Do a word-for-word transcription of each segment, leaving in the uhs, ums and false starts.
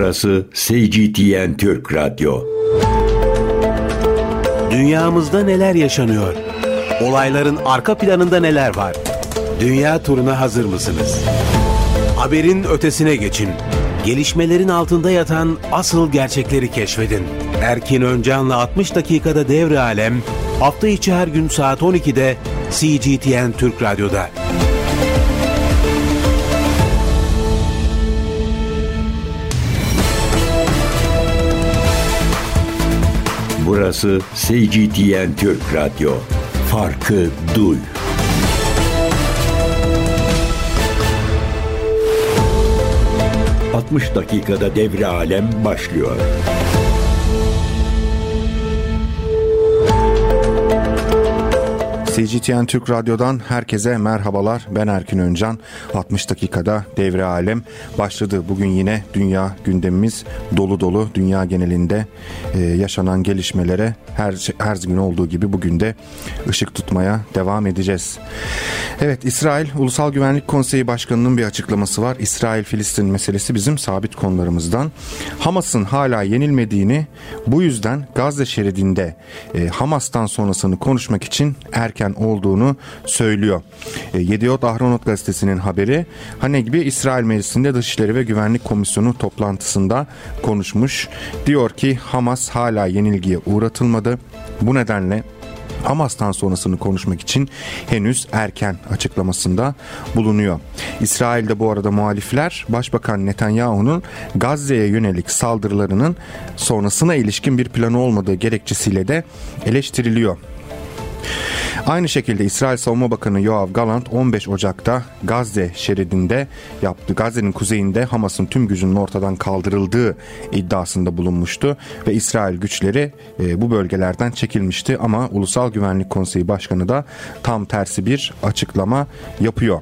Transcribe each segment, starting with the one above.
Burası C G T N Türk Radyo. Dünyamızda neler yaşanıyor? Olayların arka planında neler var? Dünya turuna hazır mısınız? Haberin ötesine geçin. Gelişmelerin altında yatan asıl gerçekleri keşfedin. Erkin Öncan'la altmış dakikada devre alem, hafta içi her gün saat on ikide C G T N Türk Radyo'da. Burası C G T N Türk Radyo. Farkı duy. altmış dakikada devre alem başlıyor. C G T N Türk Radyo'dan herkese merhabalar. Ben Erkin Öncan. altmış dakikada devre alem başladı. Bugün yine dünya gündemimiz dolu dolu. Dünya genelinde e, yaşanan gelişmelere her her gün olduğu gibi bugün de ışık tutmaya devam edeceğiz. Evet, İsrail Ulusal Güvenlik Konseyi Başkanı'nın bir açıklaması var. İsrail-Filistin meselesi bizim sabit konularımızdan. Hamas'ın hala yenilmediğini, bu yüzden Gazze şeridinde e, Hamas'tan sonrasını konuşmak için erken olduğunu söylüyor. E, Yediot Ahronot gazetesinin haberi. Hanegbi İsrail Meclisi'nde Dışişleri ve Güvenlik Komisyonu toplantısında konuşmuş. Diyor ki Hamas hala yenilgiye uğratılmadı. Bu nedenle Hamas'tan sonrasını konuşmak için henüz erken açıklamasında bulunuyor. İsrail'de bu arada muhalifler Başbakan Netanyahu'nun Gazze'ye yönelik saldırılarının sonrasına ilişkin bir planı olmadığı gerekçesiyle de eleştiriliyor. Aynı şekilde İsrail Savunma Bakanı Yoav Gallant on beş Ocak'ta Gazze şeridinde yaptı. Gazze'nin kuzeyinde Hamas'ın tüm gücünün ortadan kaldırıldığı iddiasında bulunmuştu ve İsrail güçleri e, bu bölgelerden çekilmişti ama Ulusal Güvenlik Konseyi Başkanı da tam tersi bir açıklama yapıyor.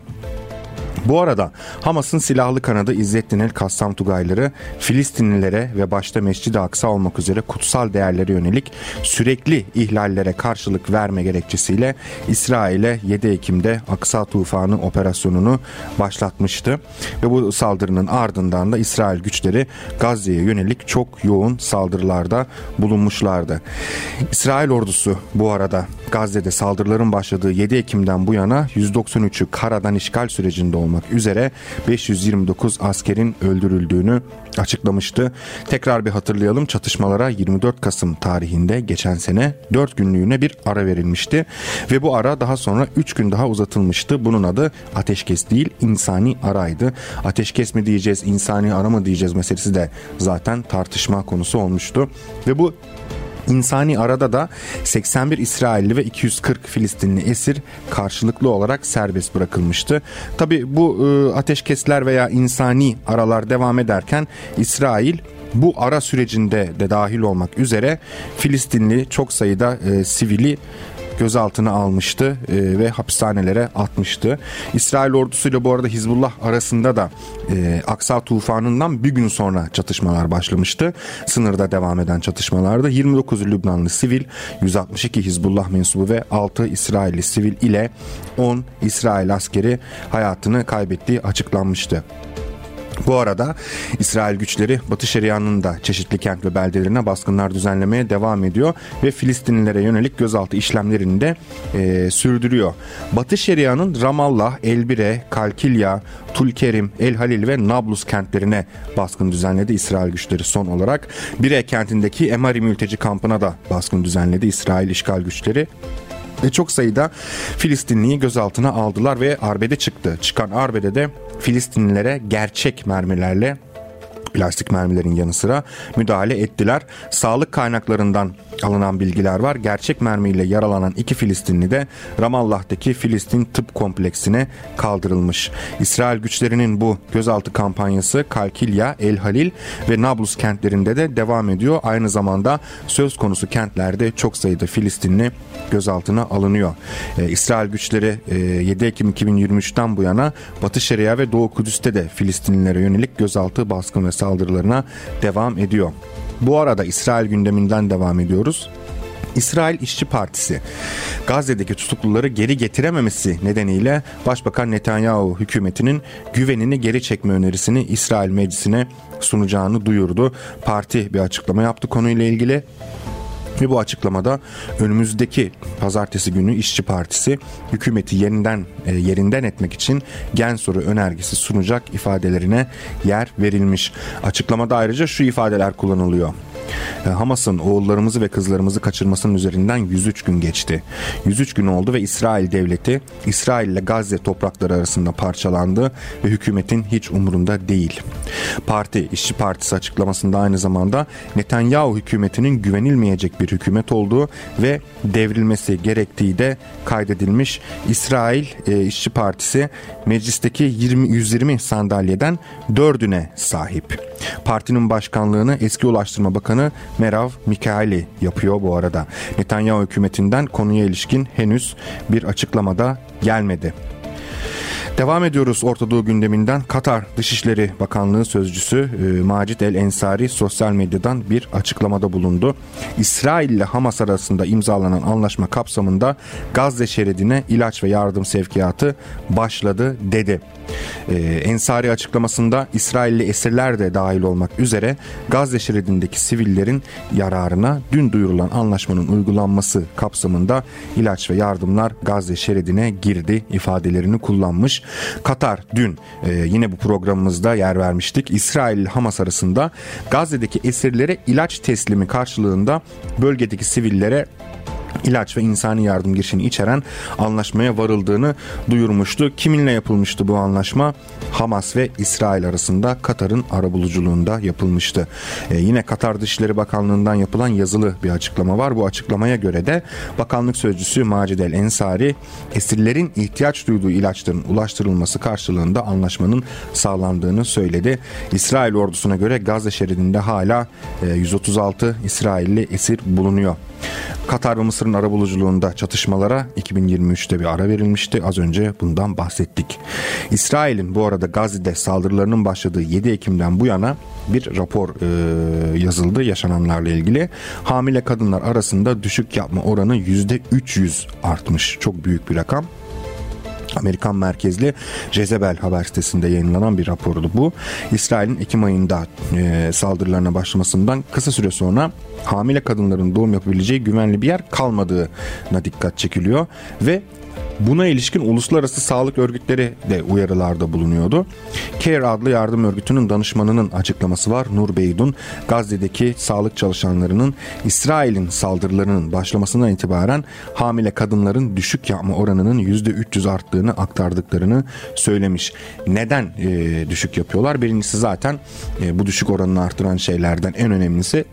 Bu arada Hamas'ın silahlı kanadı İzzettin el-Kassam Tugayları Filistinlilere ve başta Mescid-i Aksa olmak üzere kutsal değerlere yönelik sürekli ihlallere karşılık verme gerekçesiyle İsrail'e yedi Ekim'de Aksa Tufanı operasyonunu başlatmıştı. Ve bu saldırının ardından da İsrail güçleri Gazze'ye yönelik çok yoğun saldırılarda bulunmuşlardı. İsrail ordusu bu arada Gazze'de saldırıların başladığı yedi Ekim'den bu yana yüz doksan üçü karadan işgal sürecinde olmak üzere beş yüz yirmi dokuz askerin öldürüldüğünü açıklamıştı. Tekrar bir hatırlayalım, çatışmalara yirmi dört Kasım tarihinde geçen sene dört günlüğüne bir ara verilmişti ve bu ara daha sonra üç gün daha uzatılmıştı. Bunun adı ateşkes değil, insani araydı. Ateşkes mi diyeceğiz, insani ara mı diyeceğiz meselesi de zaten tartışma konusu olmuştu ve bu İnsani arada da seksen bir İsrailli ve iki yüz kırk Filistinli esir karşılıklı olarak serbest bırakılmıştı. Tabi bu e, ateşkesler veya insani aralar devam ederken İsrail bu ara sürecinde de dahil olmak üzere Filistinli çok sayıda e, sivili gözaltına almıştı e, ve hapishanelere atmıştı. İsrail ordusuyla bu arada Hizbullah arasında da e, Aksa tufanından bir gün sonra çatışmalar başlamıştı. Sınırda devam eden çatışmalarda yirmi dokuz Lübnanlı sivil, yüz altmış iki Hizbullah mensubu ve altı İsrailli sivil ile on İsrail askeri hayatını kaybettiği açıklanmıştı. Bu arada İsrail güçleri Batı Şeria'nın da çeşitli kent ve beldelerine baskınlar düzenlemeye devam ediyor ve Filistinlilere yönelik gözaltı işlemlerini de e, sürdürüyor. Batı Şeria'nın Ramallah, Elbire, Kalkilya, Tulkerim, El Halil ve Nablus kentlerine baskın düzenledi İsrail güçleri son olarak. Bire kentindeki Emari mülteci kampına da baskın düzenledi İsrail işgal güçleri. Ve çok sayıda Filistinliyi gözaltına aldılar ve arbede çıktı. Çıkan arbede de Filistinlilere gerçek mermilerle, plastik mermilerin yanı sıra müdahale ettiler. Sağlık kaynaklarından alınan bilgiler var. Gerçek mermiyle yaralanan iki Filistinli de Ramallah'taki Filistin Tıp Kompleksine kaldırılmış. İsrail güçlerinin bu gözaltı kampanyası Kalkilya, El Halil ve Nablus kentlerinde de devam ediyor. Aynı zamanda söz konusu kentlerde çok sayıda Filistinli gözaltına alınıyor. Ee, İsrail güçleri e, yedi Ekim iki bin yirmi üçten bu yana Batı Şeria ve Doğu Kudüs'te de Filistinlilere yönelik gözaltı, baskın ve saldırılarına devam ediyor. Bu arada İsrail gündeminden devam ediyoruz. İsrail İşçi Partisi Gazze'deki tutukluları geri getirememesi nedeniyle Başbakan Netanyahu hükümetinin güvenini geri çekme önerisini İsrail Meclisi'ne sunacağını duyurdu. Parti bir açıklama yaptı konuyla ilgili. Ve bu açıklamada önümüzdeki pazartesi günü İşçi Partisi hükümeti yerinden e, yerinden etmek için gen soru önergesi sunacak ifadelerine yer verilmiş. Açıklamada ayrıca şu ifadeler kullanılıyor. Hamas'ın oğullarımızı ve kızlarımızı kaçırmasının üzerinden yüz üç gün geçti. yüz üç gün oldu ve İsrail devleti İsrail ile Gazze toprakları arasında parçalandı ve hükümetin hiç umurunda değil. Parti, İşçi Partisi açıklamasında aynı zamanda Netanyahu hükümetinin güvenilmeyecek bir hükümet olduğu ve devrilmesi gerektiği de kaydedilmiş. İsrail e, İşçi Partisi meclisteki yirmi, yüz yirmi sandalyeden dördüne sahip. Partinin başkanlığını eski Ulaştırma Bakanı Merav Mikaeli yapıyor bu arada. Netanyahu hükümetinden konuya ilişkin henüz bir açıklamada gelmedi. Devam ediyoruz Orta Doğu gündeminden. Katar Dışişleri Bakanlığı Sözcüsü e, Macit El Ensari sosyal medyadan bir açıklamada bulundu. İsrail ile Hamas arasında imzalanan anlaşma kapsamında Gazze şeridine ilaç ve yardım sevkiyatı başladı dedi. E, Ensari açıklamasında İsrailli esirler de dahil olmak üzere Gazze şeridindeki sivillerin yararına dün duyurulan anlaşmanın uygulanması kapsamında ilaç ve yardımlar Gazze şeridine girdi ifadelerini kullanmış. Katar dün e, yine bu programımızda yer vermiştik. İsrail ile Hamas arasında Gazze'deki esirlere ilaç teslimi karşılığında bölgedeki sivillere ilaç ve insani yardım girişini içeren anlaşmaya varıldığını duyurmuştu. Kiminle yapılmıştı bu anlaşma? Hamas ve İsrail arasında Katar'ın arabuluculuğunda yapılmıştı. Ee, yine Katar Dışişleri Bakanlığı'ndan yapılan yazılı bir açıklama var. Bu açıklamaya göre de bakanlık sözcüsü Macid El Ensari esirlerin ihtiyaç duyduğu ilaçların ulaştırılması karşılığında anlaşmanın sağlandığını söyledi. İsrail ordusuna göre Gazze şeridinde hala e, yüz otuz altı İsrailli esir bulunuyor. Katar ve Mısır'ın arabuluculuğunda çatışmalara iki bin yirmi üçte bir ara verilmişti. Az önce bundan bahsettik. İsrail'in bu arada Gazze'de saldırılarının başladığı yedi Ekim'den bu yana bir rapor e, yazıldı yaşananlarla ilgili. Hamile kadınlar arasında düşük yapma oranı yüzde üç yüz artmış. Çok büyük bir rakam. Amerikan merkezli Jezebel haber sitesinde yayınlanan bir rapordu bu. İsrail'in Ekim ayında e, saldırılarına başlamasından kısa süre sonra hamile kadınların doğum yapabileceği güvenli bir yer kalmadığına dikkat çekiliyor ve buna ilişkin uluslararası sağlık örgütleri de uyarılarda bulunuyordu. CARE adlı yardım örgütünün danışmanının açıklaması var. Nur Beydun, Gazze'deki sağlık çalışanlarının İsrail'in saldırılarının başlamasından itibaren hamile kadınların düşük yapma oranının yüzde üç yüz arttığını aktardıklarını söylemiş. Neden e, düşük yapıyorlar? Birincisi zaten e, bu düşük oranını arttıran şeylerden en önemlisi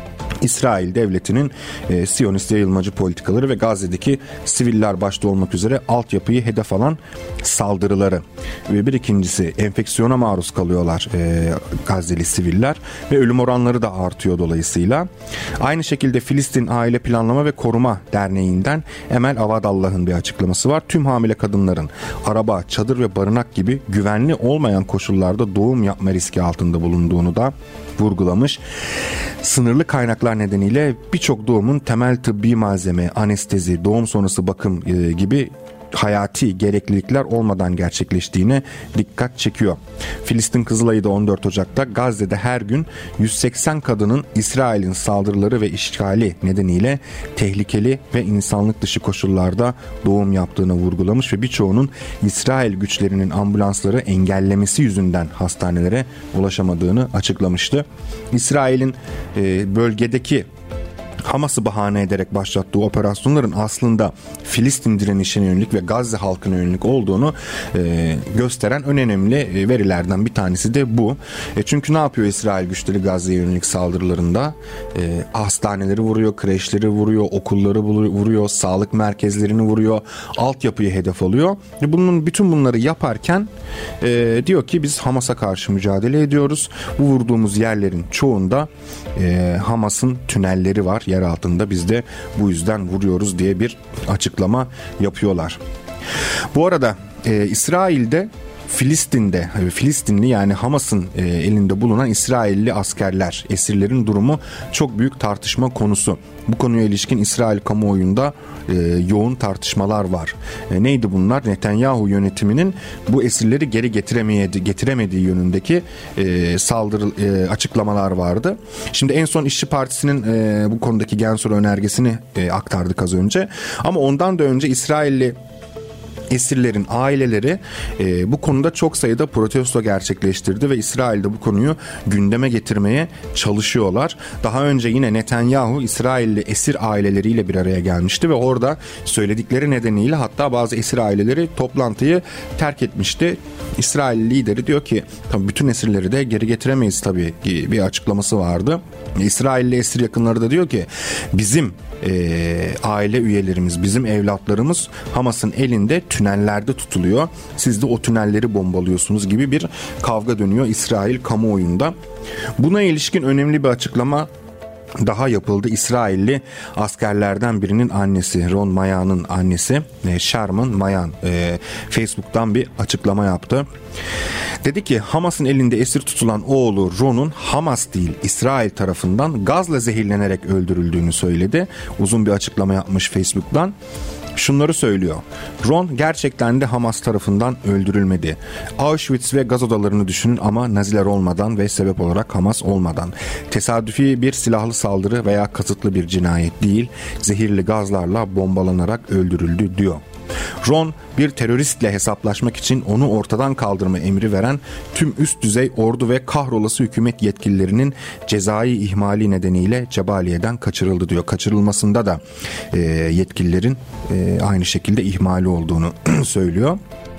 İsrail devletinin e, Siyonist yayılmacı politikaları ve Gazze'deki siviller başta olmak üzere altyapıyı hedef alan saldırıları. Ve bir ikincisi enfeksiyona maruz kalıyorlar e, Gazze'li siviller ve ölüm oranları da artıyor dolayısıyla. Aynı şekilde Filistin Aile Planlama ve Koruma Derneği'nden Emel Avadallah'ın bir açıklaması var. Tüm hamile kadınların araba, çadır ve barınak gibi güvenli olmayan koşullarda doğum yapma riski altında bulunduğunu da vurgulamış. Sınırlı kaynaklar nedeniyle birçok doğumun temel tıbbi malzeme, anestezi, doğum sonrası bakım e, gibi hayati gereklilikler olmadan gerçekleştiğine dikkat çekiyor. Filistin Kızılay'ı da on dört Ocak'ta Gazze'de her gün yüz seksen kadının İsrail'in saldırıları ve işgali nedeniyle tehlikeli ve insanlık dışı koşullarda doğum yaptığını vurgulamış ve birçoğunun İsrail güçlerinin ambulansları engellemesi yüzünden hastanelere ulaşamadığını açıklamıştı. İsrail'in e, bölgedeki Hamas'ı bahane ederek başlattığı operasyonların aslında Filistin direnişine yönelik ve Gazze halkına yönelik olduğunu e, gösteren önemli verilerden bir tanesi de bu. E, çünkü ne yapıyor İsrail güçleri Gazze'ye yönelik saldırılarında? E, hastaneleri vuruyor, kreşleri vuruyor, okulları vuruyor, sağlık merkezlerini vuruyor, altyapıyı hedef alıyor. E, bunun bütün bunları yaparken e, diyor ki biz Hamas'a karşı mücadele ediyoruz. Bu vurduğumuz yerlerin çoğunda e, Hamas'ın tünelleri var. Yer altında, biz de bu yüzden vuruyoruz diye bir açıklama yapıyorlar. Bu arada e, İsrail'de Filistin'de, Filistinli yani Hamas'ın e, elinde bulunan İsrailli askerler, esirlerin durumu çok büyük tartışma konusu. Bu konuya ilişkin İsrail kamuoyunda e, yoğun tartışmalar var. E, neydi bunlar? Netanyahu yönetiminin bu esirleri geri getiremedi, getiremediği yönündeki e, saldırı e, açıklamalar vardı. Şimdi en son İşçi Partisi'nin e, bu konudaki Gensur önergesini e, aktardık az önce. Ama ondan da önce İsrailli esirlerin aileleri e, bu konuda çok sayıda protesto gerçekleştirdi ve İsrail'de bu konuyu gündeme getirmeye çalışıyorlar. Daha önce yine Netanyahu İsrailli esir aileleriyle bir araya gelmişti ve orada söyledikleri nedeniyle hatta bazı esir aileleri toplantıyı terk etmişti. İsrail lideri diyor ki tabii bütün esirleri de geri getiremeyiz tabii, bir açıklaması vardı. İsrailli esir yakınları da diyor ki bizim e, aile üyelerimiz, bizim evlatlarımız Hamas'ın elinde tünellerde tutuluyor. Siz de o tünelleri bombalıyorsunuz gibi bir kavga dönüyor İsrail kamuoyunda. Buna ilişkin önemli bir açıklama daha yapıldı. İsrailli askerlerden birinin annesi, Ron Mayan'ın annesi Sherman Mayan e, Facebook'tan bir açıklama yaptı. Dedi ki Hamas'ın elinde esir tutulan oğlu Ron'un Hamas değil İsrail tarafından gazla zehirlenerek öldürüldüğünü söyledi. Uzun bir açıklama yapmış Facebook'tan. Şunları söylüyor. Ron gerçekten de Hamas tarafından öldürülmedi. Auschwitz ve gaz odalarını düşünün ama Naziler olmadan ve sebep olarak Hamas olmadan. Tesadüfi bir silahlı saldırı veya kasıtlı bir cinayet değil, zehirli gazlarla bombalanarak öldürüldü diyor. Ron bir teröristle hesaplaşmak için onu ortadan kaldırma emri veren tüm üst düzey ordu ve kahrolası hükümet yetkililerinin cezai ihmali nedeniyle Cebaliye'den kaçırıldı diyor. Kaçırılmasında da e, yetkililerin e, aynı şekilde ihmali olduğunu söylüyor.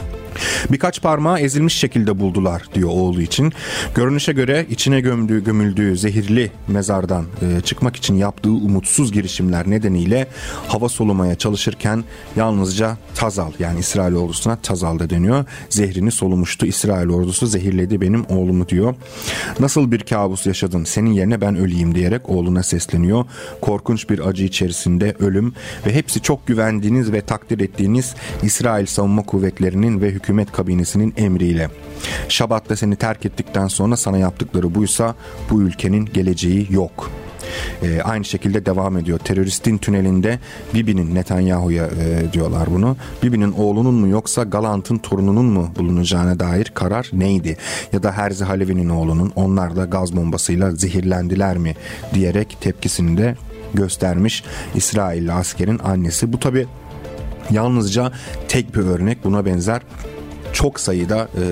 Birkaç parmağı ezilmiş şekilde buldular diyor oğlu için. Görünüşe göre içine gömdüğü, gömüldüğü zehirli mezardan e, çıkmak için yaptığı umutsuz girişimler nedeniyle hava solumaya çalışırken yalnızca Tazal, yani İsrail ordusuna Tazal da deniyor, zehrini solumuştu. İsrail ordusu zehirledi benim oğlumu diyor. Nasıl bir kabus yaşadın, senin yerine ben öleyim diyerek oğluna sesleniyor. Korkunç bir acı içerisinde ölüm ve hepsi çok güvendiğiniz ve takdir ettiğiniz İsrail Savunma Kuvvetleri'nin ve hükümet kabinesinin emriyle. Şabat'ta seni terk ettikten sonra sana yaptıkları buysa bu ülkenin geleceği yok. Ee, aynı şekilde devam ediyor. Teröristin tünelinde Bibi'nin, Netanyahu'ya e, diyorlar bunu, Bibi'nin oğlunun mu yoksa Galant'ın torununun mu bulunacağına dair karar neydi? Ya da Herzi Halevi'nin oğlunun, onlar da gaz bombasıyla zehirlendiler mi diyerek tepkisini de göstermiş İsrailli askerin annesi. Bu tabi yalnızca tek bir örnek, buna benzer çok sayıda e,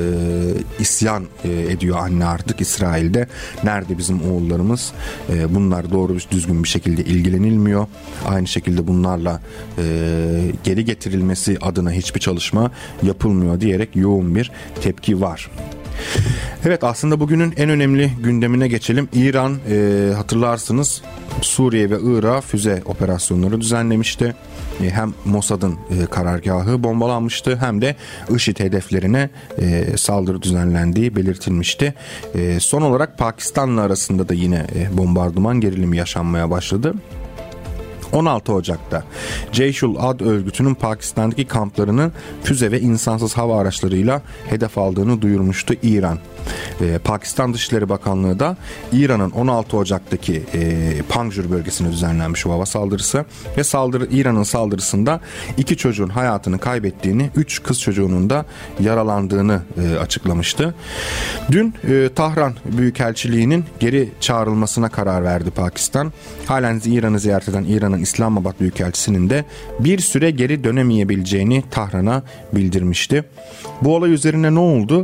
isyan e, ediyor anne artık İsrail'de. Nerede bizim oğullarımız? E, bunlar doğru düzgün bir şekilde ilgilenilmiyor. Aynı şekilde bunlarla e, geri getirilmesi adına hiçbir çalışma yapılmıyor diyerek yoğun bir tepki var. Evet, aslında bugünün en önemli gündemine geçelim. İran e, hatırlarsınız Suriye ve Irak'a füze operasyonları düzenlemişti. E, hem Mossad'ın e, karargahı bombalanmıştı hem de IŞİD hedeflerine e, saldırı düzenlendiği belirtilmişti. E, son olarak Pakistan'la arasında da yine e, bombardıman gerilimi yaşanmaya başladı. on altı Ocak'ta Ceyşul Ad örgütünün Pakistan'daki kamplarını füze ve insansız hava araçlarıyla hedef aldığını duyurmuştu İran. Ee, Pakistan Dışişleri Bakanlığı da İran'ın on altı Ocak'taki e, Panjshir bölgesine düzenlenmiş o hava saldırısı ve saldırı İran'ın saldırısında iki çocuğun hayatını kaybettiğini, üç kız çocuğunun da yaralandığını e, açıklamıştı. Dün e, Tahran Büyükelçiliği'nin geri çağrılmasına karar verdi Pakistan. Halen İran'ı ziyaret eden İran'ın İslamabad Büyükelçisi'nin de bir süre geri dönemeyebileceğini Tahran'a bildirmişti. Bu olay üzerine ne oldu?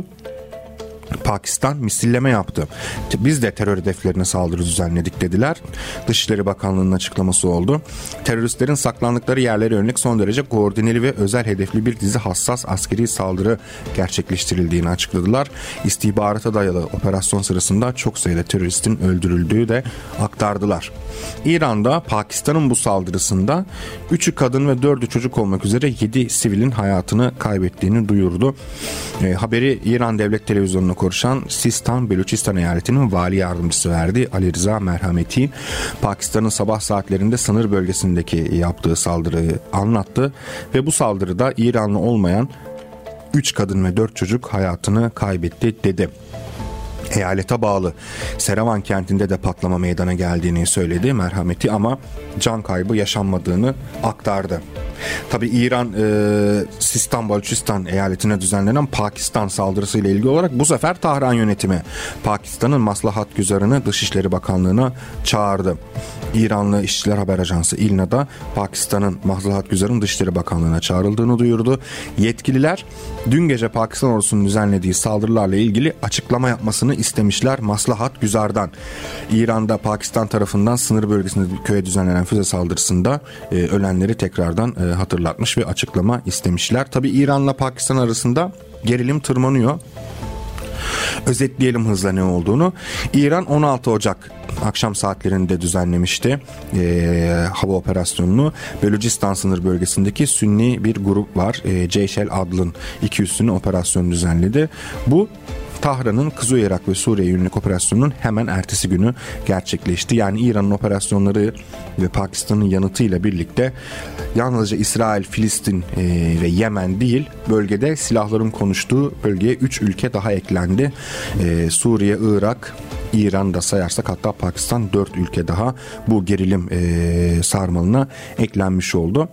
Pakistan misilleme yaptı. Biz de terör hedeflerine saldırı düzenledik dediler. Dışişleri Bakanlığı'nın açıklaması oldu. Teröristlerin saklandıkları yerlere yönelik son derece koordineli ve özel hedefli bir dizi hassas askeri saldırı gerçekleştirildiğini açıkladılar. İstihbarata dayalı operasyon sırasında çok sayıda teröristin öldürüldüğü de aktardılar. İran'da Pakistan'ın bu saldırısında üçü kadın ve dördü çocuk olmak üzere yedi sivilin hayatını kaybettiğini duyurdu. E, haberi İran Devlet Televizyonu'na konuşan Sistan Beluçistan eyaletinin vali yardımcısı verdi. Ali Rıza Merhameti Pakistan'ın sabah saatlerinde sınır bölgesindeki yaptığı saldırıyı anlattı ve bu saldırıda İranlı olmayan üç kadın ve dört çocuk hayatını kaybetti dedi. Eyalete bağlı Serevan kentinde de patlama meydana geldiğini söyledi merhameti, ama can kaybı yaşanmadığını aktardı. Tabi İran e, Sistan Balochistan eyaletine düzenlenen Pakistan saldırısıyla ilgili olarak bu sefer Tahran yönetimi Pakistan'ın maslahat güzarını Dışişleri Bakanlığı'na çağırdı. İranlı İşçiler Haber Ajansı İLNA'da Pakistan'ın maslahat güzarının Dışişleri Bakanlığı'na çağrıldığını duyurdu. Yetkililer dün gece Pakistan ordusunun düzenlediği saldırılarla ilgili açıklama yapmasını istemişler maslahat güzardan. İran'da Pakistan tarafından sınır bölgesinde bir köye düzenlenen füze saldırısında e, ölenleri tekrardan e, hatırlatmış ve açıklama istemişler. Tabii İran'la Pakistan arasında gerilim tırmanıyor. Özetleyelim hızla ne olduğunu. İran on altı Ocak akşam saatlerinde düzenlemişti e, hava operasyonunu. Belucistan sınır bölgesindeki Sünni bir grup var. E, Ceyşel Adl'ın iki üssünün operasyonu düzenledi. Bu Tahran'ın Kuzey Irak ve Suriye yönelik operasyonunun hemen ertesi günü gerçekleşti. Yani İran'ın operasyonları ve Pakistan'ın yanıtıyla birlikte yalnızca İsrail, Filistin e, ve Yemen değil, bölgede silahların konuştuğu bölgeye üç ülke daha eklendi. E, Suriye, Irak, İran da sayarsak hatta Pakistan, dört ülke daha bu gerilim e, sarmalına eklenmiş oldu.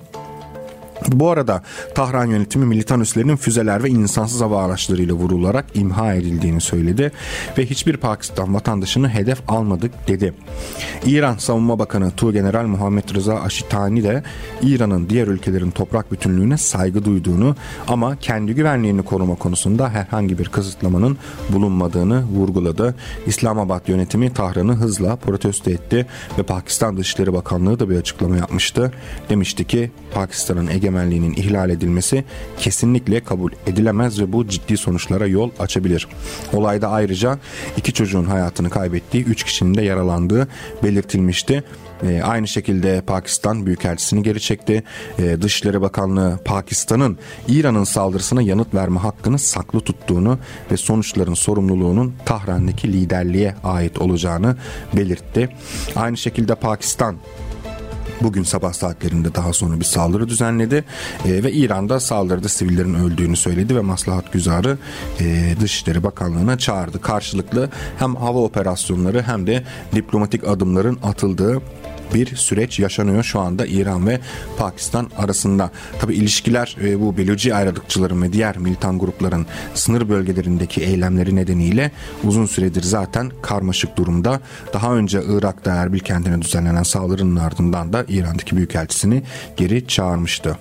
Bu arada Tahran yönetimi militan üslerinin füzeler ve insansız hava araçlarıyla vurularak imha edildiğini söyledi ve hiçbir Pakistan vatandaşını hedef almadık dedi. İran Savunma Bakanı Tuğgeneral Muhammed Rıza Aşitani de İran'ın diğer ülkelerin toprak bütünlüğüne saygı duyduğunu ama kendi güvenliğini koruma konusunda herhangi bir kısıtlamanın bulunmadığını vurguladı. İslamabad yönetimi Tahran'ı hızla protesto etti ve Pakistan Dışişleri Bakanlığı da bir açıklama yapmıştı. Demişti ki Pakistan'ın egemenliğinin ihlal edilmesi kesinlikle kabul edilemez ve bu ciddi sonuçlara yol açabilir. Olayda ayrıca iki çocuğun hayatını kaybettiği, üç kişinin de yaralandığı belirtilmişti. E, aynı şekilde Pakistan Büyükelçisini geri çekti. E, Dışişleri Bakanlığı Pakistan'ın İran'ın saldırısına yanıt verme hakkını saklı tuttuğunu ve sonuçların sorumluluğunun Tahran'daki liderliğe ait olacağını belirtti. Aynı şekilde Pakistan bugün sabah saatlerinde daha sonra bir saldırı düzenledi e, ve İran'da saldırıda sivillerin öldüğünü söyledi ve maslahat güzarı e, Dışişleri Bakanlığı'na çağırdı. Karşılıklı hem hava operasyonları hem de diplomatik adımların atıldığı bir süreç yaşanıyor şu anda İran ve Pakistan arasında. Tabii ilişkiler e, bu Beluci ayrılıkçıların ve diğer militan grupların sınır bölgelerindeki eylemleri nedeniyle uzun süredir zaten karmaşık durumda. Daha önce Irak'ta Erbil kentine düzenlenen saldırının ardından da İran'daki büyükelçisini geri çağırmıştı.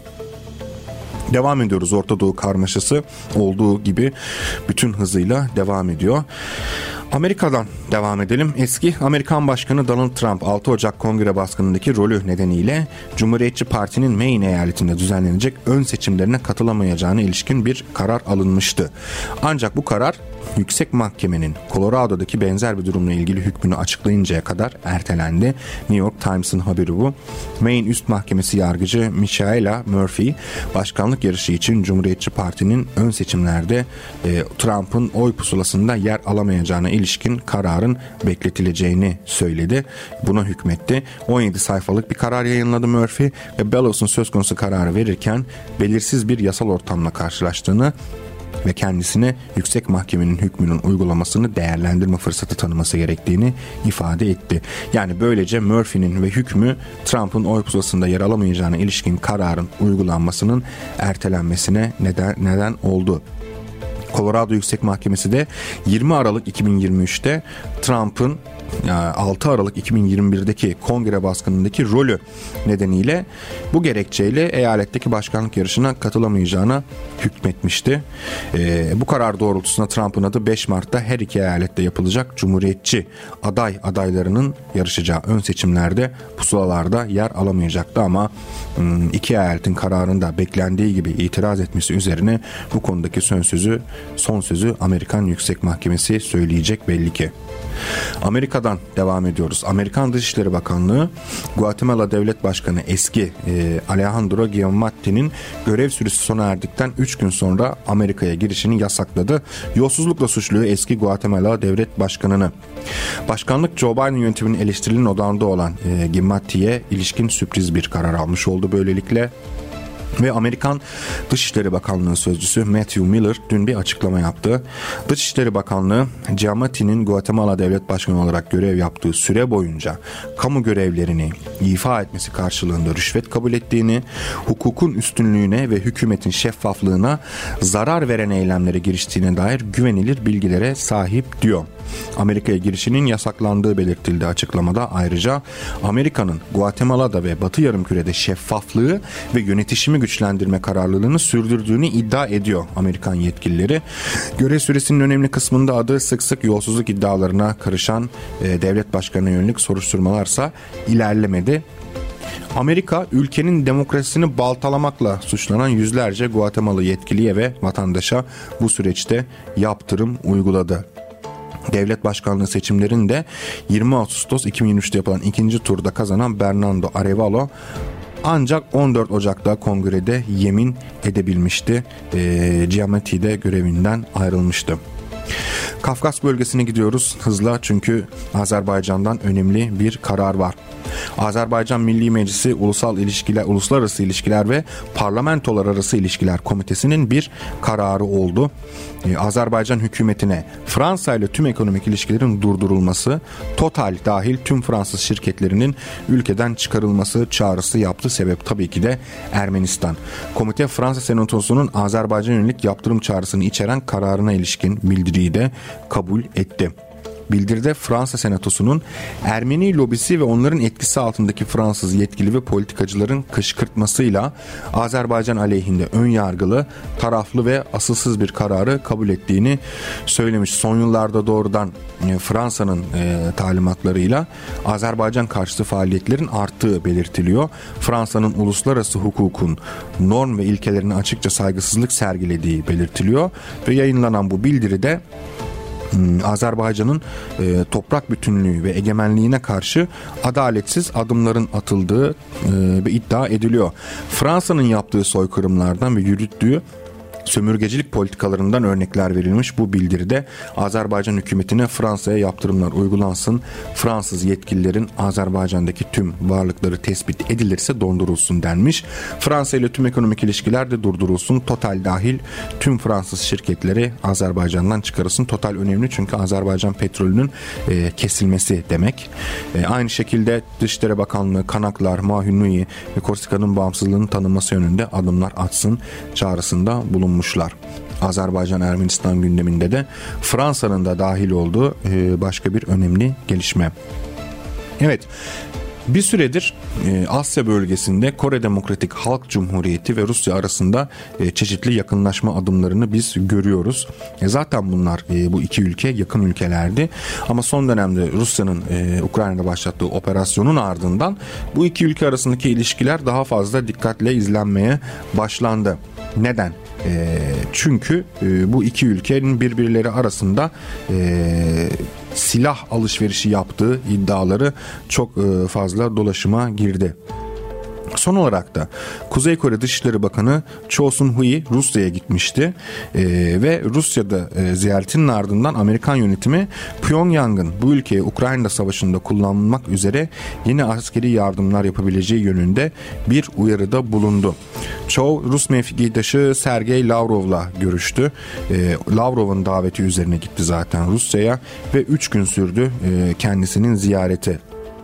Devam ediyoruz. Orta Doğu karmaşası olduğu gibi bütün hızıyla devam ediyor. Amerika'dan devam edelim. Eski Amerikan Başkanı Donald Trump altı Ocak Kongre baskınındaki rolü nedeniyle Cumhuriyetçi Parti'nin Maine eyaletinde düzenlenecek ön seçimlerine katılamayacağına ilişkin bir karar alınmıştı. Ancak bu karar Yüksek Mahkemenin Colorado'daki benzer bir durumla ilgili hükmünü açıklayıncaya kadar ertelendi. New York Times'ın haberi bu. Maine Üst Mahkemesi yargıcı Michaela Murphy, başkanlık yarışı için Cumhuriyetçi Parti'nin ön seçimlerde e, Trump'ın oy pusulasında yer alamayacağına ilişkin kararın bekletileceğini söyledi. Buna hükmetti. on yedi sayfalık bir karar yayınladı Murphy ve Bellows'un söz konusu kararı verirken belirsiz bir yasal ortamla karşılaştığını ve kendisine Yüksek Mahkemenin hükmünün uygulamasını değerlendirme fırsatı tanıması gerektiğini ifade etti. Yani böylece Murphy'nin ve hükmü Trump'ın oy pusulasında yer alamayacağına ilişkin kararın uygulanmasının ertelenmesine neden, neden oldu. Colorado Yüksek Mahkemesi de yirmi Aralık iki bin yirmi üçte Trump'ın altı Aralık iki bin yirmi birdeki kongre baskınındaki rolü nedeniyle bu gerekçeyle eyaletteki başkanlık yarışına katılamayacağına hükmetmişti. Ee, bu karar doğrultusunda Trump'ın adı beş Mart'ta her iki eyalette yapılacak Cumhuriyetçi aday adaylarının yarışacağı ön seçimlerde pusulalarda yer alamayacaktı ama iki eyaletin kararında beklendiği gibi itiraz etmesi üzerine bu konudaki son sözü, son sözü Amerikan Yüksek Mahkemesi söyleyecek belli ki. Amerika'dan devam ediyoruz. Amerikan Dışişleri Bakanlığı Guatemala Devlet Başkanı eski e, Alejandro Giammatti'nin görev süresi sona erdikten üç gün sonra Amerika'ya girişini yasakladı. Yolsuzlukla suçluyor eski Guatemala Devlet Başkanı'nı. Başkanlık Joe Biden yönetiminin eleştirilinin odağında olan e, Giammatti'ye ilişkin sürpriz bir karar almış oldu böylelikle. Ve Amerikan Dışişleri Bakanlığı Sözcüsü Matthew Miller dün bir açıklama yaptı. Dışişleri Bakanlığı, Giamatti'nin Guatemala Devlet Başkanı olarak görev yaptığı süre boyunca kamu görevlerini ifa etmesi karşılığında rüşvet kabul ettiğini, hukukun üstünlüğüne ve hükümetin şeffaflığına zarar veren eylemlere giriştiğine dair güvenilir bilgilere sahip diyor. Amerika'ya girişinin yasaklandığı belirtildi açıklamada. Ayrıca Amerika'nın Guatemala'da ve Batı Yarımküre'de şeffaflığı ve yönetişimi güçlendirme kararlılığını sürdürdüğünü iddia ediyor Amerikan yetkilileri. Görev süresinin önemli kısmında adı sık sık yolsuzluk iddialarına karışan e, devlet başkanına yönelik soruşturmalarsa ilerlemedi. Amerika, ülkenin demokrasisini baltalamakla suçlanan yüzlerce Guatemala yetkiliye ve vatandaşa bu süreçte yaptırım uyguladı. Devlet başkanlığı seçimlerinde yirmi Ağustos iki bin yirmi üçte yapılan ikinci turda kazanan Bernardo Arévalo ancak on dört Ocak'ta kongrede yemin edebilmişti. E, Giamatti de görevinden ayrılmıştı. Kafkas bölgesine gidiyoruz hızla çünkü Azerbaycan'dan önemli bir karar var. Azerbaycan Milli Meclisi Ulusal İlişkiler, Uluslararası İlişkiler ve Parlamentolar Arası İlişkiler Komitesi'nin bir kararı oldu. Ee, Azerbaycan hükümetine Fransa ile tüm ekonomik ilişkilerin durdurulması, Total dahil tüm Fransız şirketlerinin ülkeden çıkarılması çağrısı yaptı. Sebep tabii ki de Ermenistan. Komite Fransa Senatosu'nun Azerbaycan yönelik yaptırım çağrısını içeren kararına ilişkin bildiriyi de kabul etti. Bildiride Fransa Senatosu'nun Ermeni lobisi ve onların etkisi altındaki Fransız yetkili ve politikacıların kışkırtmasıyla Azerbaycan aleyhinde ön yargılı, taraflı ve asılsız bir kararı kabul ettiğini söylemiş. Son yıllarda doğrudan Fransa'nın e, talimatlarıyla Azerbaycan karşıtı faaliyetlerin arttığı belirtiliyor. Fransa'nın uluslararası hukukun norm ve ilkelerine açıkça saygısızlık sergilediği belirtiliyor ve yayınlanan bu bildiride Azerbaycan'ın e, toprak bütünlüğü ve egemenliğine karşı adaletsiz adımların atıldığı e, ve iddia ediliyor. Fransa'nın yaptığı soykırımlardan ve yürüttüğü sömürgecilik politikalarından örnekler verilmiş bu bildiride. Azerbaycan hükümetine Fransa'ya yaptırımlar uygulansın, Fransız yetkililerin Azerbaycan'daki tüm varlıkları tespit edilirse dondurulsun denmiş. Fransa ile tüm ekonomik ilişkiler de durdurulsun, Total dahil tüm Fransız şirketleri Azerbaycan'dan çıkarılsın. Total önemli çünkü Azerbaycan petrolünün e, kesilmesi demek. E, aynı şekilde Dışişleri Bakanlığı, Kanaklar, Mahunui ve Korsika'nın bağımsızlığını tanınması yönünde adımlar atsın çağrısında bulunmuşlar. Azerbaycan-Ermenistan gündeminde de Fransa'nın da dahil olduğu başka bir önemli gelişme. Evet, bir süredir Asya bölgesinde Kore Demokratik Halk Cumhuriyeti ve Rusya arasında çeşitli yakınlaşma adımlarını biz görüyoruz. Zaten bunlar bu iki ülke yakın ülkelerdi. Ama son dönemde Rusya'nın Ukrayna'da başlattığı operasyonun ardından bu iki ülke arasındaki ilişkiler daha fazla dikkatle izlenmeye başlandı. Neden? E, çünkü e, bu iki ülkenin birbirleri arasında e, silah alışverişi yaptığı iddiaları çok e, fazla dolaşıma girdi. Son olarak da Kuzey Kore Dışişleri Bakanı Cho Sun-hui Rusya'ya gitmişti ee, ve Rusya'da e, ziyaretinin ardından Amerikan yönetimi Pyongyang'ın bu ülkeye Ukrayna Savaşı'nda kullanılmak üzere yeni askeri yardımlar yapabileceği yönünde bir uyarıda bulundu. Cho, Rus mevkidaşı Sergey Lavrov'la görüştü. E, Lavrov'un daveti üzerine gitti zaten Rusya'ya ve üç gün sürdü e, kendisinin ziyareti.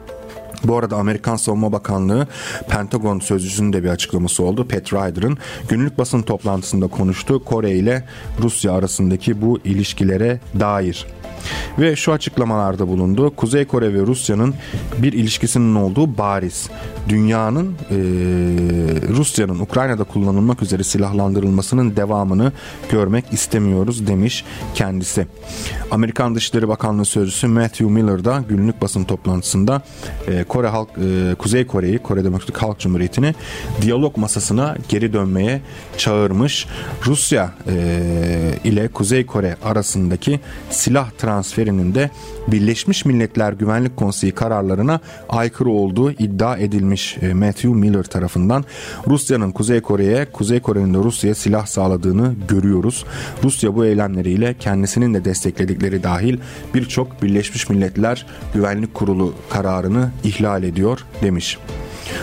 Bu arada Amerikan Savunma Bakanlığı Pentagon sözcüsünün de bir açıklaması oldu. Pat Ryder'ın günlük basın toplantısında konuştu Kore ile Rusya arasındaki bu ilişkilere dair. Ve şu açıklamalarda bulundu. Kuzey Kore ve Rusya'nın bir ilişkisinin olduğu bariz. Dünyanın e, Rusya'nın Ukrayna'da kullanılmak üzere silahlandırılmasının devamını görmek istemiyoruz demiş kendisi. Amerikan Dışişleri Bakanlığı Sözcüsü Matthew Miller da günlük basın toplantısında e, Kore Halk e, Kuzey Kore'yi, Kore Demokratik Halk Cumhuriyeti'ni diyalog masasına geri dönmeye çağırmış. Rusya e, ile Kuzey Kore arasındaki silah transferinin de Birleşmiş Milletler Güvenlik Konseyi kararlarına aykırı olduğu iddia edilmiş Matthew Miller tarafından. Rusya'nın Kuzey Kore'ye, Kuzey Kore'nin de Rusya'ya silah sağladığını görüyoruz. Rusya bu eylemleriyle kendisinin de destekledikleri dahil birçok Birleşmiş Milletler Güvenlik Kurulu kararını ihlal ediyor demiş.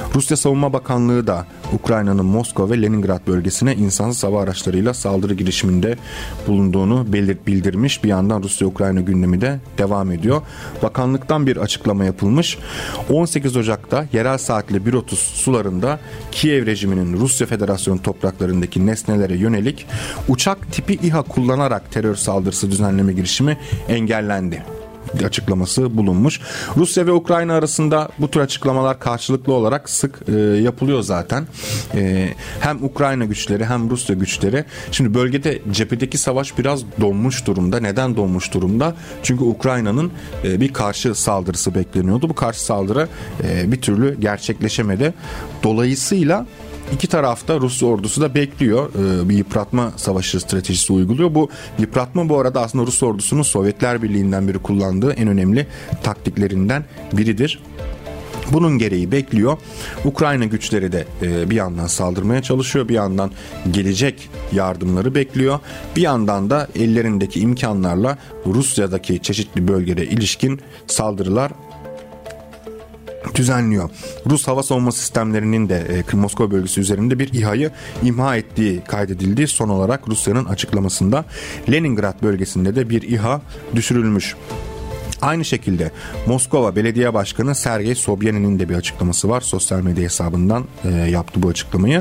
Rusya Savunma Bakanlığı da Ukrayna'nın Moskova ve Leningrad bölgesine insansız hava araçlarıyla saldırı girişiminde bulunduğunu bildirmiş. Bir yandan Rusya-Ukrayna gündemi de devam ediyor. Bakanlıktan bir açıklama yapılmış. on sekiz Ocak'ta yerel saatle bir otuz sularında Kiev rejiminin Rusya Federasyonu topraklarındaki nesnelere yönelik uçak tipi İHA kullanarak terör saldırısı düzenleme girişimi engellendi açıklaması bulunmuş. Rusya ve Ukrayna arasında bu tür açıklamalar karşılıklı olarak sık e, yapılıyor zaten. E, hem Ukrayna güçleri hem Rusya güçleri. Şimdi bölgede cephedeki savaş biraz donmuş durumda. Neden donmuş durumda? Çünkü Ukrayna'nın e, bir karşı saldırısı bekleniyordu. Bu karşı saldırı e, bir türlü gerçekleşemedi. Dolayısıyla İki tarafta Rusya ordusu da bekliyor. Ee, bir yıpratma savaşı stratejisi uyguluyor. Bu yıpratma bu arada aslında Rus ordusunun Sovyetler Birliği'nden beri kullandığı en önemli taktiklerinden biridir. Bunun gereği bekliyor. Ukrayna güçleri de e, bir yandan saldırmaya çalışıyor. Bir yandan gelecek yardımları bekliyor. Bir yandan da ellerindeki imkanlarla Rusya'daki çeşitli bölgelere ilişkin saldırılar düzenliyor. Rus hava savunma sistemlerinin de e, Moskova bölgesi üzerinde bir İHA'yı imha ettiği kaydedildi. Son olarak Rusya'nın açıklamasında Leningrad bölgesinde de bir İHA düşürülmüş. Aynı şekilde Moskova Belediye Başkanı Sergey Sobyanin'in de bir açıklaması var. Sosyal medya hesabından e, yaptı bu açıklamayı.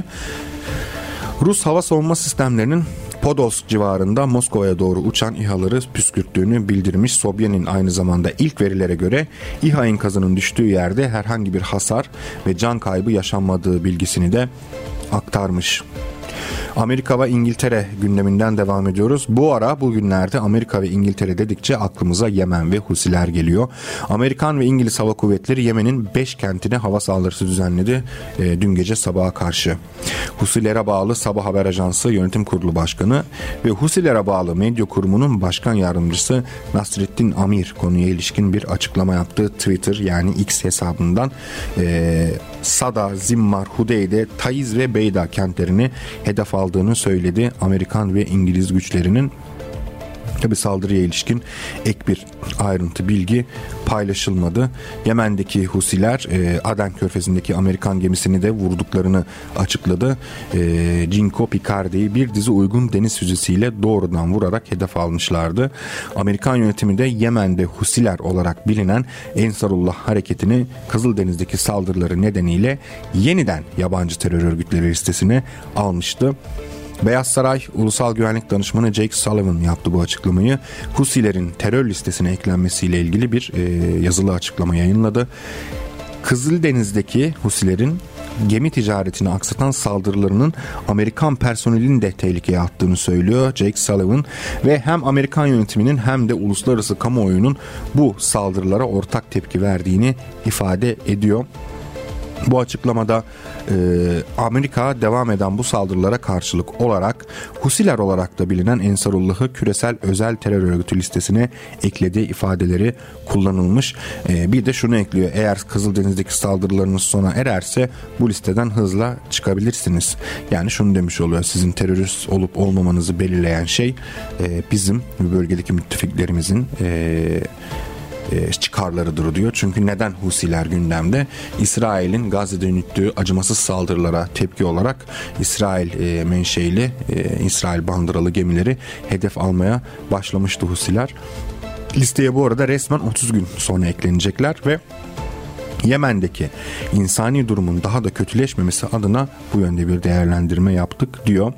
Rus hava savunma sistemlerinin Podolsk civarında Moskova'ya doğru uçan İHA'ları püskürttüğünü bildirmiş. Sobyanin aynı zamanda ilk verilere göre İHA enkazının düştüğü yerde herhangi bir hasar ve can kaybı yaşanmadığı bilgisini de aktarmış. Amerika ve İngiltere gündeminden devam ediyoruz. Bu ara bugünlerde Amerika ve İngiltere dedikçe aklımıza Yemen ve Husiler geliyor. Amerikan ve İngiliz Hava Kuvvetleri Yemen'in beş kentine hava saldırısı düzenledi e, dün gece sabaha karşı. Husilere bağlı Sabah Haber Ajansı Yönetim Kurulu Başkanı ve Husilere bağlı medya kurumunun başkan yardımcısı Nasreddin Amir konuya ilişkin bir açıklama yaptı. Twitter yani X hesabından e, Sada, Zimmar, Hudeyde, Taiz ve Beyda kentlerini hedef aldığını söyledi. Amerikan ve İngiliz güçlerinin tabi saldırıya ilişkin ek bir ayrıntı bilgi paylaşılmadı. Yemen'deki Husiler e, Aden Körfezi'ndeki Amerikan gemisini de vurduklarını açıkladı. E, Cinco Picardi'yi bir dizi uygun deniz füzesiyle doğrudan vurarak hedef almışlardı. Amerikan yönetimi de Yemen'de Husiler olarak bilinen Ensarullah hareketini Kızıldeniz'deki saldırıları nedeniyle yeniden yabancı terör örgütleri listesine almıştı. Beyaz Saray Ulusal Güvenlik Danışmanı Jake Sullivan yaptı bu açıklamayı. Husilerin terör listesine eklenmesiyle ilgili bir e, yazılı açıklama yayınladı. Kızıldeniz'deki Husilerin gemi ticaretini aksatan saldırılarının Amerikan personelini de tehlikeye attığını söylüyor Jake Sullivan ve hem Amerikan yönetiminin hem de uluslararası kamuoyunun bu saldırılara ortak tepki verdiğini ifade ediyor. Bu açıklamada e, Amerika devam eden bu saldırılara karşılık olarak Husiler olarak da bilinen Ensarullah'ı küresel özel terör örgütü listesine eklediği ifadeleri kullanılmış. E, bir de şunu ekliyor: eğer Kızıldeniz'deki saldırılarınız sona ererse bu listeden hızla çıkabilirsiniz. Yani şunu demiş oluyor: sizin terörist olup olmamanızı belirleyen şey e, bizim bölgedeki müttefiklerimizin e, çıkarlarıdır diyor. Çünkü neden Husiler gündemde? İsrail'in Gazze'de yürüttüğü acımasız saldırılara tepki olarak İsrail e, menşeili, e, İsrail bandıralı gemileri hedef almaya başlamıştı Husiler. Listeye bu arada resmen otuz gün sonra eklenecekler ve Yemen'deki insani durumun daha da kötüleşmemesi adına bu yönde bir değerlendirme yaptık diyor.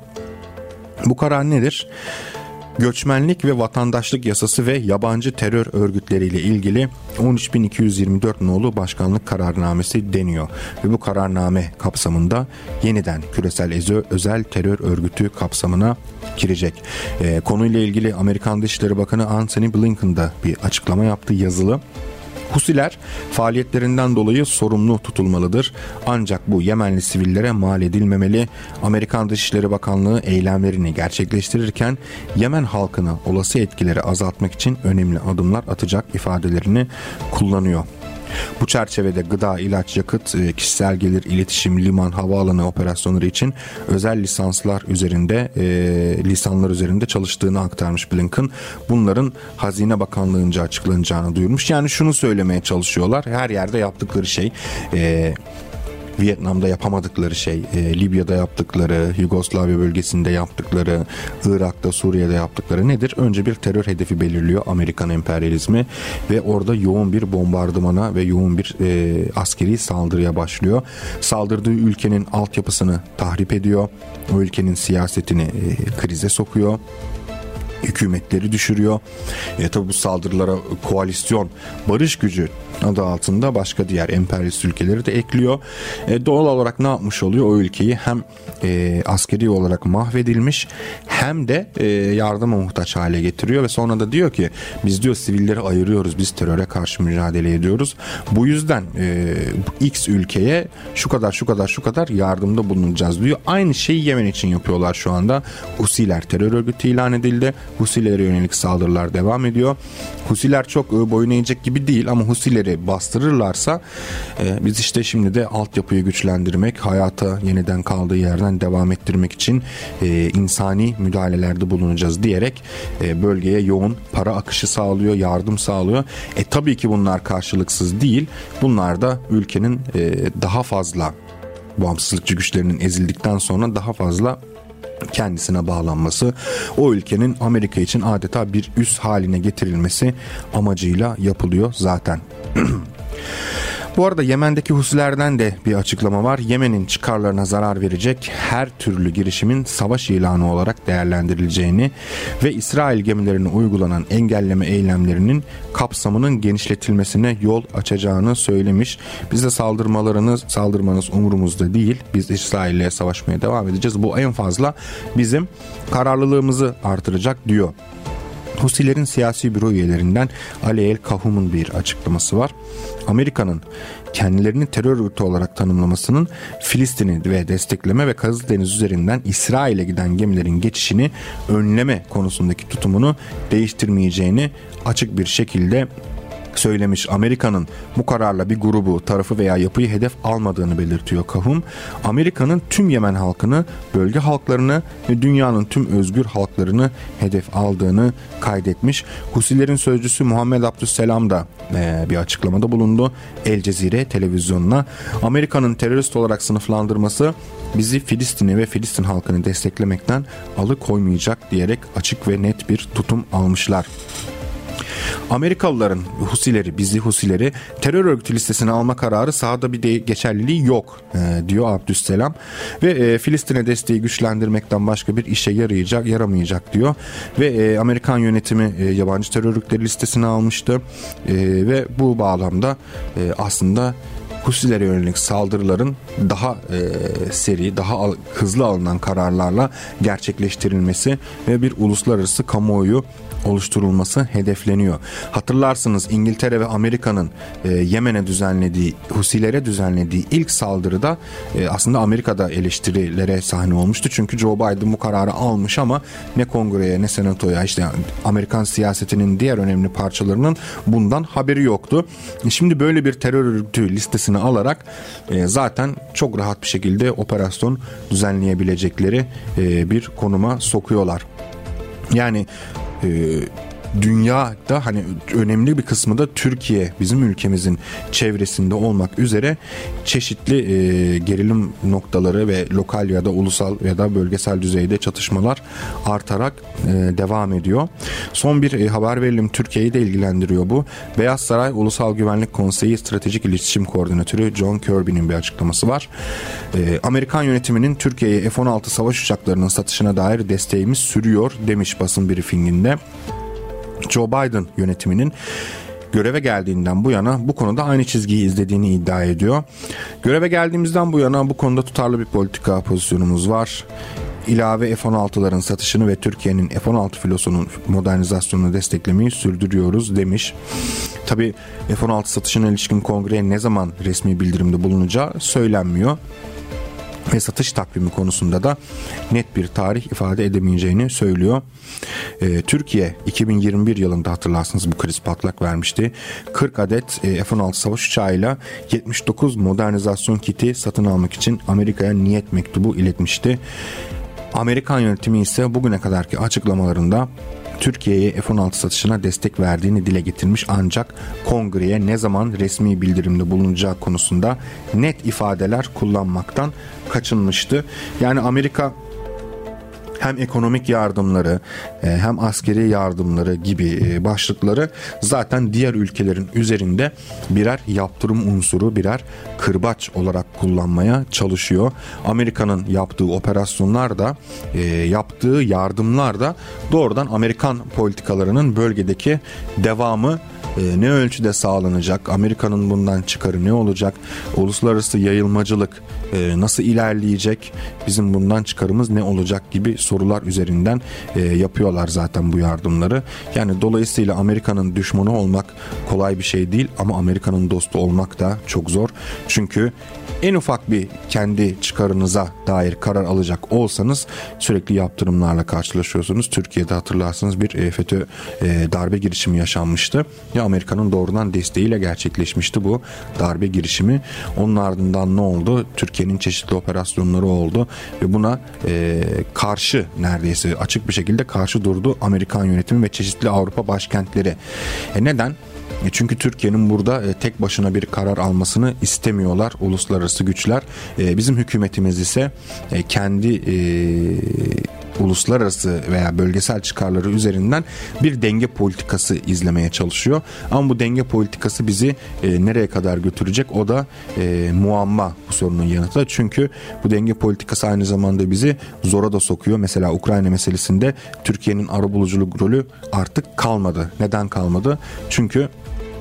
Bu karar nedir? Göçmenlik ve vatandaşlık yasası ve yabancı terör örgütleriyle ilgili on üç bin iki yüz yirmi dört nolu başkanlık kararnamesi deniyor. Ve bu kararname kapsamında yeniden küresel özel terör örgütü kapsamına girecek. E, konuyla ilgili Amerikan Dışişleri Bakanı Antony Blinken da bir açıklama yaptı, yazılı. Husiler faaliyetlerinden dolayı sorumlu tutulmalıdır. Ancak bu Yemenli sivillere mal edilmemeli. Amerikan Dışişleri Bakanlığı eylemlerini gerçekleştirirken Yemen halkına olası etkileri azaltmak için önemli adımlar atacak ifadelerini kullanıyor. Bu çerçevede gıda, ilaç, yakıt, kişisel gelir, iletişim, liman, havaalanı operasyonları için özel lisanslar üzerinde, e, lisanlar üzerinde çalıştığını aktarmış Blinken. Bunların Hazine Bakanlığı'nca açıklanacağını duyurmuş. Yani şunu söylemeye çalışıyorlar: her yerde yaptıkları şey e, Vietnam'da yapamadıkları şey, e, Libya'da yaptıkları, Yugoslavya bölgesinde yaptıkları, Irak'ta, Suriye'de yaptıkları nedir? Önce bir terör hedefi belirliyor Amerikan emperyalizmi ve orada yoğun bir bombardımana ve yoğun bir e, askeri saldırıya başlıyor. Saldırdığı ülkenin altyapısını tahrip ediyor. O ülkenin siyasetini e, krize sokuyor. Hükümetleri düşürüyor. E, tabi bu saldırılara koalisyon, barış gücü adı altında başka diğer emperyalist ülkeleri de ekliyor. E, doğal olarak ne yapmış oluyor? O ülkeyi hem e, askeri olarak mahvedilmiş hem de e, yardıma muhtaç hale getiriyor ve sonra da diyor ki biz diyor sivilleri ayırıyoruz, biz teröre karşı mücadele ediyoruz. Bu yüzden e, X ülkeye şu kadar şu kadar şu kadar yardımda bulunacağız diyor. Aynı şeyi Yemen için yapıyorlar şu anda. Husiler terör örgütü ilan edildi. Husilere yönelik saldırılar devam ediyor. Husiler çok boyun eğecek gibi değil ama Husileri bastırırlarsa e, biz işte şimdi de altyapıyı güçlendirmek, hayata yeniden kaldığı yerden devam ettirmek için e, insani müdahalelerde bulunacağız diyerek e, bölgeye yoğun para akışı sağlıyor, yardım sağlıyor. E tabii ki bunlar karşılıksız değil. Bunlar da ülkenin e, daha fazla bağımsızlıkçı güçlerinin ezildikten sonra daha fazla kendisine bağlanması, o ülkenin Amerika için adeta bir üs haline getirilmesi amacıyla yapılıyor zaten. Bu arada Yemen'deki Husilerden de bir açıklama var. Yemen'in çıkarlarına zarar verecek her türlü girişimin savaş ilanı olarak değerlendirileceğini ve İsrail gemilerine uygulanan engelleme eylemlerinin kapsamının genişletilmesine yol açacağını söylemiş. Bize saldırmalarınız, saldırmanız umurumuzda değil. Biz İsrail'le savaşmaya devam edeceğiz. Bu en fazla bizim kararlılığımızı artıracak diyor. Husilerin siyasi büro üyelerinden Ali El Kahum'un bir açıklaması var. Amerika'nın kendilerini terör örgütü olarak tanımlamasının Filistin'i ve destekleme ve Kızıldeniz üzerinden İsrail'e giden gemilerin geçişini önleme konusundaki tutumunu değiştirmeyeceğini açık bir şekilde söylemiş. Amerika'nın bu kararla bir grubu, tarafı veya yapıyı hedef almadığını belirtiyor Kahum. Amerika'nın tüm Yemen halkını, bölge halklarını ve dünyanın tüm özgür halklarını hedef aldığını kaydetmiş. Husilerin sözcüsü Muhammed Abdüsselam da e, bir açıklamada bulundu. El Cezire televizyonuna Amerika'nın terörist olarak sınıflandırması bizi Filistin'i ve Filistin halkını desteklemekten alıkoymayacak diyerek açık ve net bir tutum almışlar. Amerikalıların Husileri, bizi Husileri terör örgütü listesine alma kararı sahada bir de geçerliliği yok e, diyor Abdüsselam ve e, Filistin'e desteği güçlendirmekten başka bir işe yarayacak, yaramayacak diyor ve e, Amerikan yönetimi e, yabancı terör örgütleri listesine almıştı e, ve bu bağlamda e, aslında Husilere yönelik saldırıların daha e, seri, daha al, hızlı alınan kararlarla gerçekleştirilmesi ve bir uluslararası kamuoyu oluşturulması hedefleniyor. Hatırlarsınız İngiltere ve Amerika'nın e, Yemen'e düzenlediği, Husilere düzenlediği ilk saldırıda e, aslında Amerika'da eleştirilere sahne olmuştu. Çünkü Joe Biden bu kararı almış ama ne kongreye ne senatoya, işte Amerikan siyasetinin diğer önemli parçalarının bundan haberi yoktu. Şimdi böyle bir terör örgütü listesine alarak e, zaten çok rahat bir şekilde operasyon düzenleyebilecekleri e, bir konuma sokuyorlar. Yani Ee, dünyada hani önemli bir kısmı da Türkiye, bizim ülkemizin çevresinde olmak üzere çeşitli e, gerilim noktaları ve lokal ya da ulusal ya da bölgesel düzeyde çatışmalar artarak e, devam ediyor. Son bir e, haber verelim, Türkiye'yi de ilgilendiriyor bu. Beyaz Saray Ulusal Güvenlik Konseyi Stratejik İletişim Koordinatörü John Kirby'nin bir açıklaması var. E, Amerikan yönetiminin Türkiye'ye F on altı savaş uçaklarının satışına dair desteğimiz sürüyor demiş basın briefinginde. Joe Biden yönetiminin göreve geldiğinden bu yana bu konuda aynı çizgiyi izlediğini iddia ediyor. Göreve geldiğimizden bu yana bu konuda tutarlı bir politika pozisyonumuz var. İlave F on altıların satışını ve Türkiye'nin F on altı filosunun modernizasyonunu desteklemeyi sürdürüyoruz demiş. Tabii F on altı satışına ilişkin kongreye ne zaman resmi bildirimde bulunacağı söylenmiyor. Ve satış takvimi konusunda da net bir tarih ifade edemeyeceğini söylüyor. Ee, Türkiye iki bin yirmi bir yılında hatırlarsınız bu kriz patlak vermişti. kırk adet e, F on altı savaş uçağıyla yetmiş dokuz modernizasyon kiti satın almak için Amerika'ya niyet mektubu iletmişti. Amerikan yönetimi ise bugüne kadarki açıklamalarında Türkiye'ye F on altı satışına destek verdiğini dile getirmiş, ancak kongreye ne zaman resmi bildirimde bulunacağı konusunda net ifadeler kullanmaktan kaçınmıştı. Yani Amerika hem ekonomik yardımları hem askeri yardımları gibi başlıkları zaten diğer ülkelerin üzerinde birer yaptırım unsuru, birer kırbaç olarak kullanmaya çalışıyor. Amerika'nın yaptığı operasyonlar da, yaptığı yardımlar da doğrudan Amerikan politikalarının bölgedeki devamı. Ne ölçüde sağlanacak? Amerika'nın bundan çıkarı ne olacak? Uluslararası yayılmacılık nasıl ilerleyecek? Bizim bundan çıkarımız ne olacak gibi sorular üzerinden yapıyorlar zaten bu yardımları. Yani dolayısıyla Amerika'nın düşmanı olmak kolay bir şey değil ama Amerika'nın dostu olmak da çok zor. Çünkü en ufak bir kendi çıkarınıza dair karar alacak olsanız sürekli yaptırımlarla karşılaşıyorsunuz. Türkiye'de hatırlarsınız bir FETÖ darbe girişimi yaşanmıştı. Ya Amerika'nın doğrudan desteğiyle gerçekleşmişti bu darbe girişimi. Onun ardından ne oldu? Türkiye'nin çeşitli operasyonları oldu ve buna e, karşı, neredeyse açık bir şekilde karşı durdu Amerikan yönetimi ve çeşitli Avrupa başkentleri. E neden? Çünkü Türkiye'nin burada tek başına bir karar almasını istemiyorlar uluslararası güçler. Bizim hükümetimiz ise kendi uluslararası veya bölgesel çıkarları üzerinden bir denge politikası izlemeye çalışıyor. Ama bu denge politikası bizi nereye kadar götürecek? O da muamma bu sorunun yanıtı. Çünkü bu denge politikası aynı zamanda bizi zora da sokuyor. Mesela Ukrayna meselesinde Türkiye'nin arabuluculuk rolü artık kalmadı. Neden kalmadı? Çünkü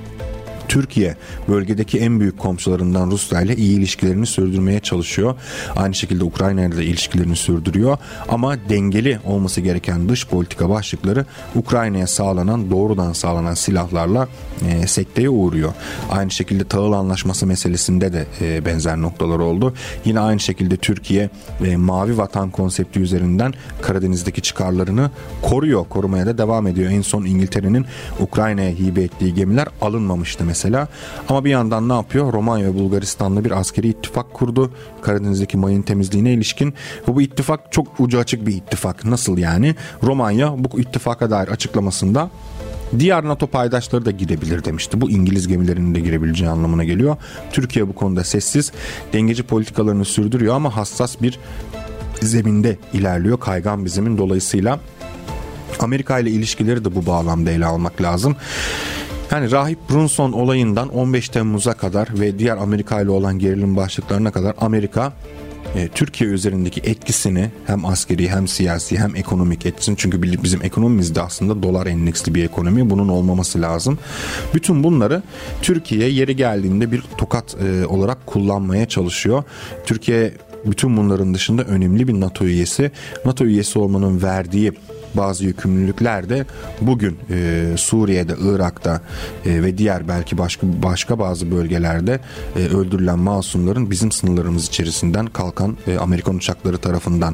Türkiye bölgedeki en büyük komşularından Rusya ile iyi ilişkilerini sürdürmeye çalışıyor. Aynı şekilde Ukrayna ile de ilişkilerini sürdürüyor. Ama dengeli olması gereken dış politika başlıkları Ukrayna'ya sağlanan, doğrudan sağlanan silahlarla e, sekteye uğruyor. Aynı şekilde tahıl anlaşması meselesinde de e, benzer noktalar oldu. Yine aynı şekilde Türkiye e, mavi vatan konsepti üzerinden Karadeniz'deki çıkarlarını koruyor. Korumaya da devam ediyor. En son İngiltere'nin Ukrayna'ya hibe ettiği gemiler alınmamıştı mesela. Mesela. Ama bir yandan ne yapıyor? Romanya ve Bulgaristan'la bir askeri ittifak kurdu. Karadeniz'deki mayın temizliğine ilişkin. Ve bu ittifak çok ucu açık bir ittifak. Nasıl yani? Romanya bu ittifaka dair açıklamasında diğer NATO paydaşları da girebilir demişti. Bu İngiliz gemilerinin de girebileceği anlamına geliyor. Türkiye bu konuda sessiz, dengeci politikalarını sürdürüyor ama hassas bir zeminde ilerliyor. Kaygan bir zemin, dolayısıyla Amerika ile ilişkileri de bu bağlamda ele almak lazım. Yani Rahip Brunson olayından on beş Temmuz'a kadar ve diğer Amerika ile olan gerilim başlıklarına kadar Amerika e, Türkiye üzerindeki etkisini hem askeri hem siyasi hem ekonomik etkisini, çünkü bizim ekonomimiz de aslında dolar endeksli bir ekonomi, bunun olmaması lazım. Bütün bunları Türkiye yeri geldiğinde bir tokat e, olarak kullanmaya çalışıyor. Türkiye bütün bunların dışında önemli bir NATO üyesi. NATO üyesi olmanın verdiği bazı yükümlülükler de bugün e, Suriye'de, Irak'ta e, ve diğer belki başka başka bazı bölgelerde e, öldürülen masumların bizim sınırlarımız içerisinden kalkan e, Amerikan uçakları tarafından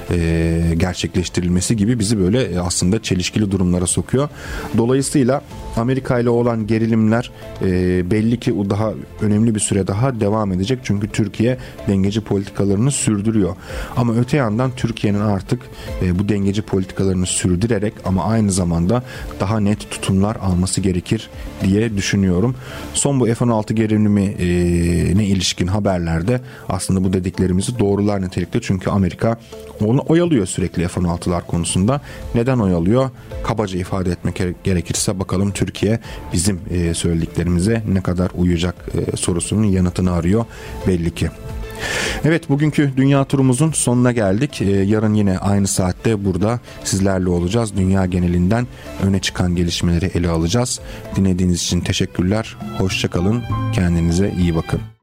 e, gerçekleştirilmesi gibi bizi böyle e, aslında çelişkili durumlara sokuyor. Dolayısıyla Amerika ile olan gerilimler e, belli ki o daha önemli bir süre daha devam edecek. Çünkü Türkiye dengeci politikalarını sürdürüyor. Ama öte yandan Türkiye'nin artık e, bu dengeci politikalarını sürdürerek ama aynı zamanda daha net tutumlar alması gerekir diye düşünüyorum. Son bu F on altı gerilimi e, ne ilişkin haberlerde aslında bu dediklerimizi doğrular nitelikte. Çünkü Amerika onu oyalıyor sürekli F on altılar konusunda. Neden oyalıyor? Kabaca ifade etmek gerekirse bakalım Türkiye bizim e, söylediklerimize ne kadar uyacak e, sorusunun yanıtını arıyor belli ki. Evet, bugünkü dünya turumuzun sonuna geldik. Ee, yarın yine aynı saatte burada sizlerle olacağız. Dünya genelinden öne çıkan gelişmeleri ele alacağız. Dinlediğiniz için teşekkürler. Hoşça kalın. Kendinize iyi bakın.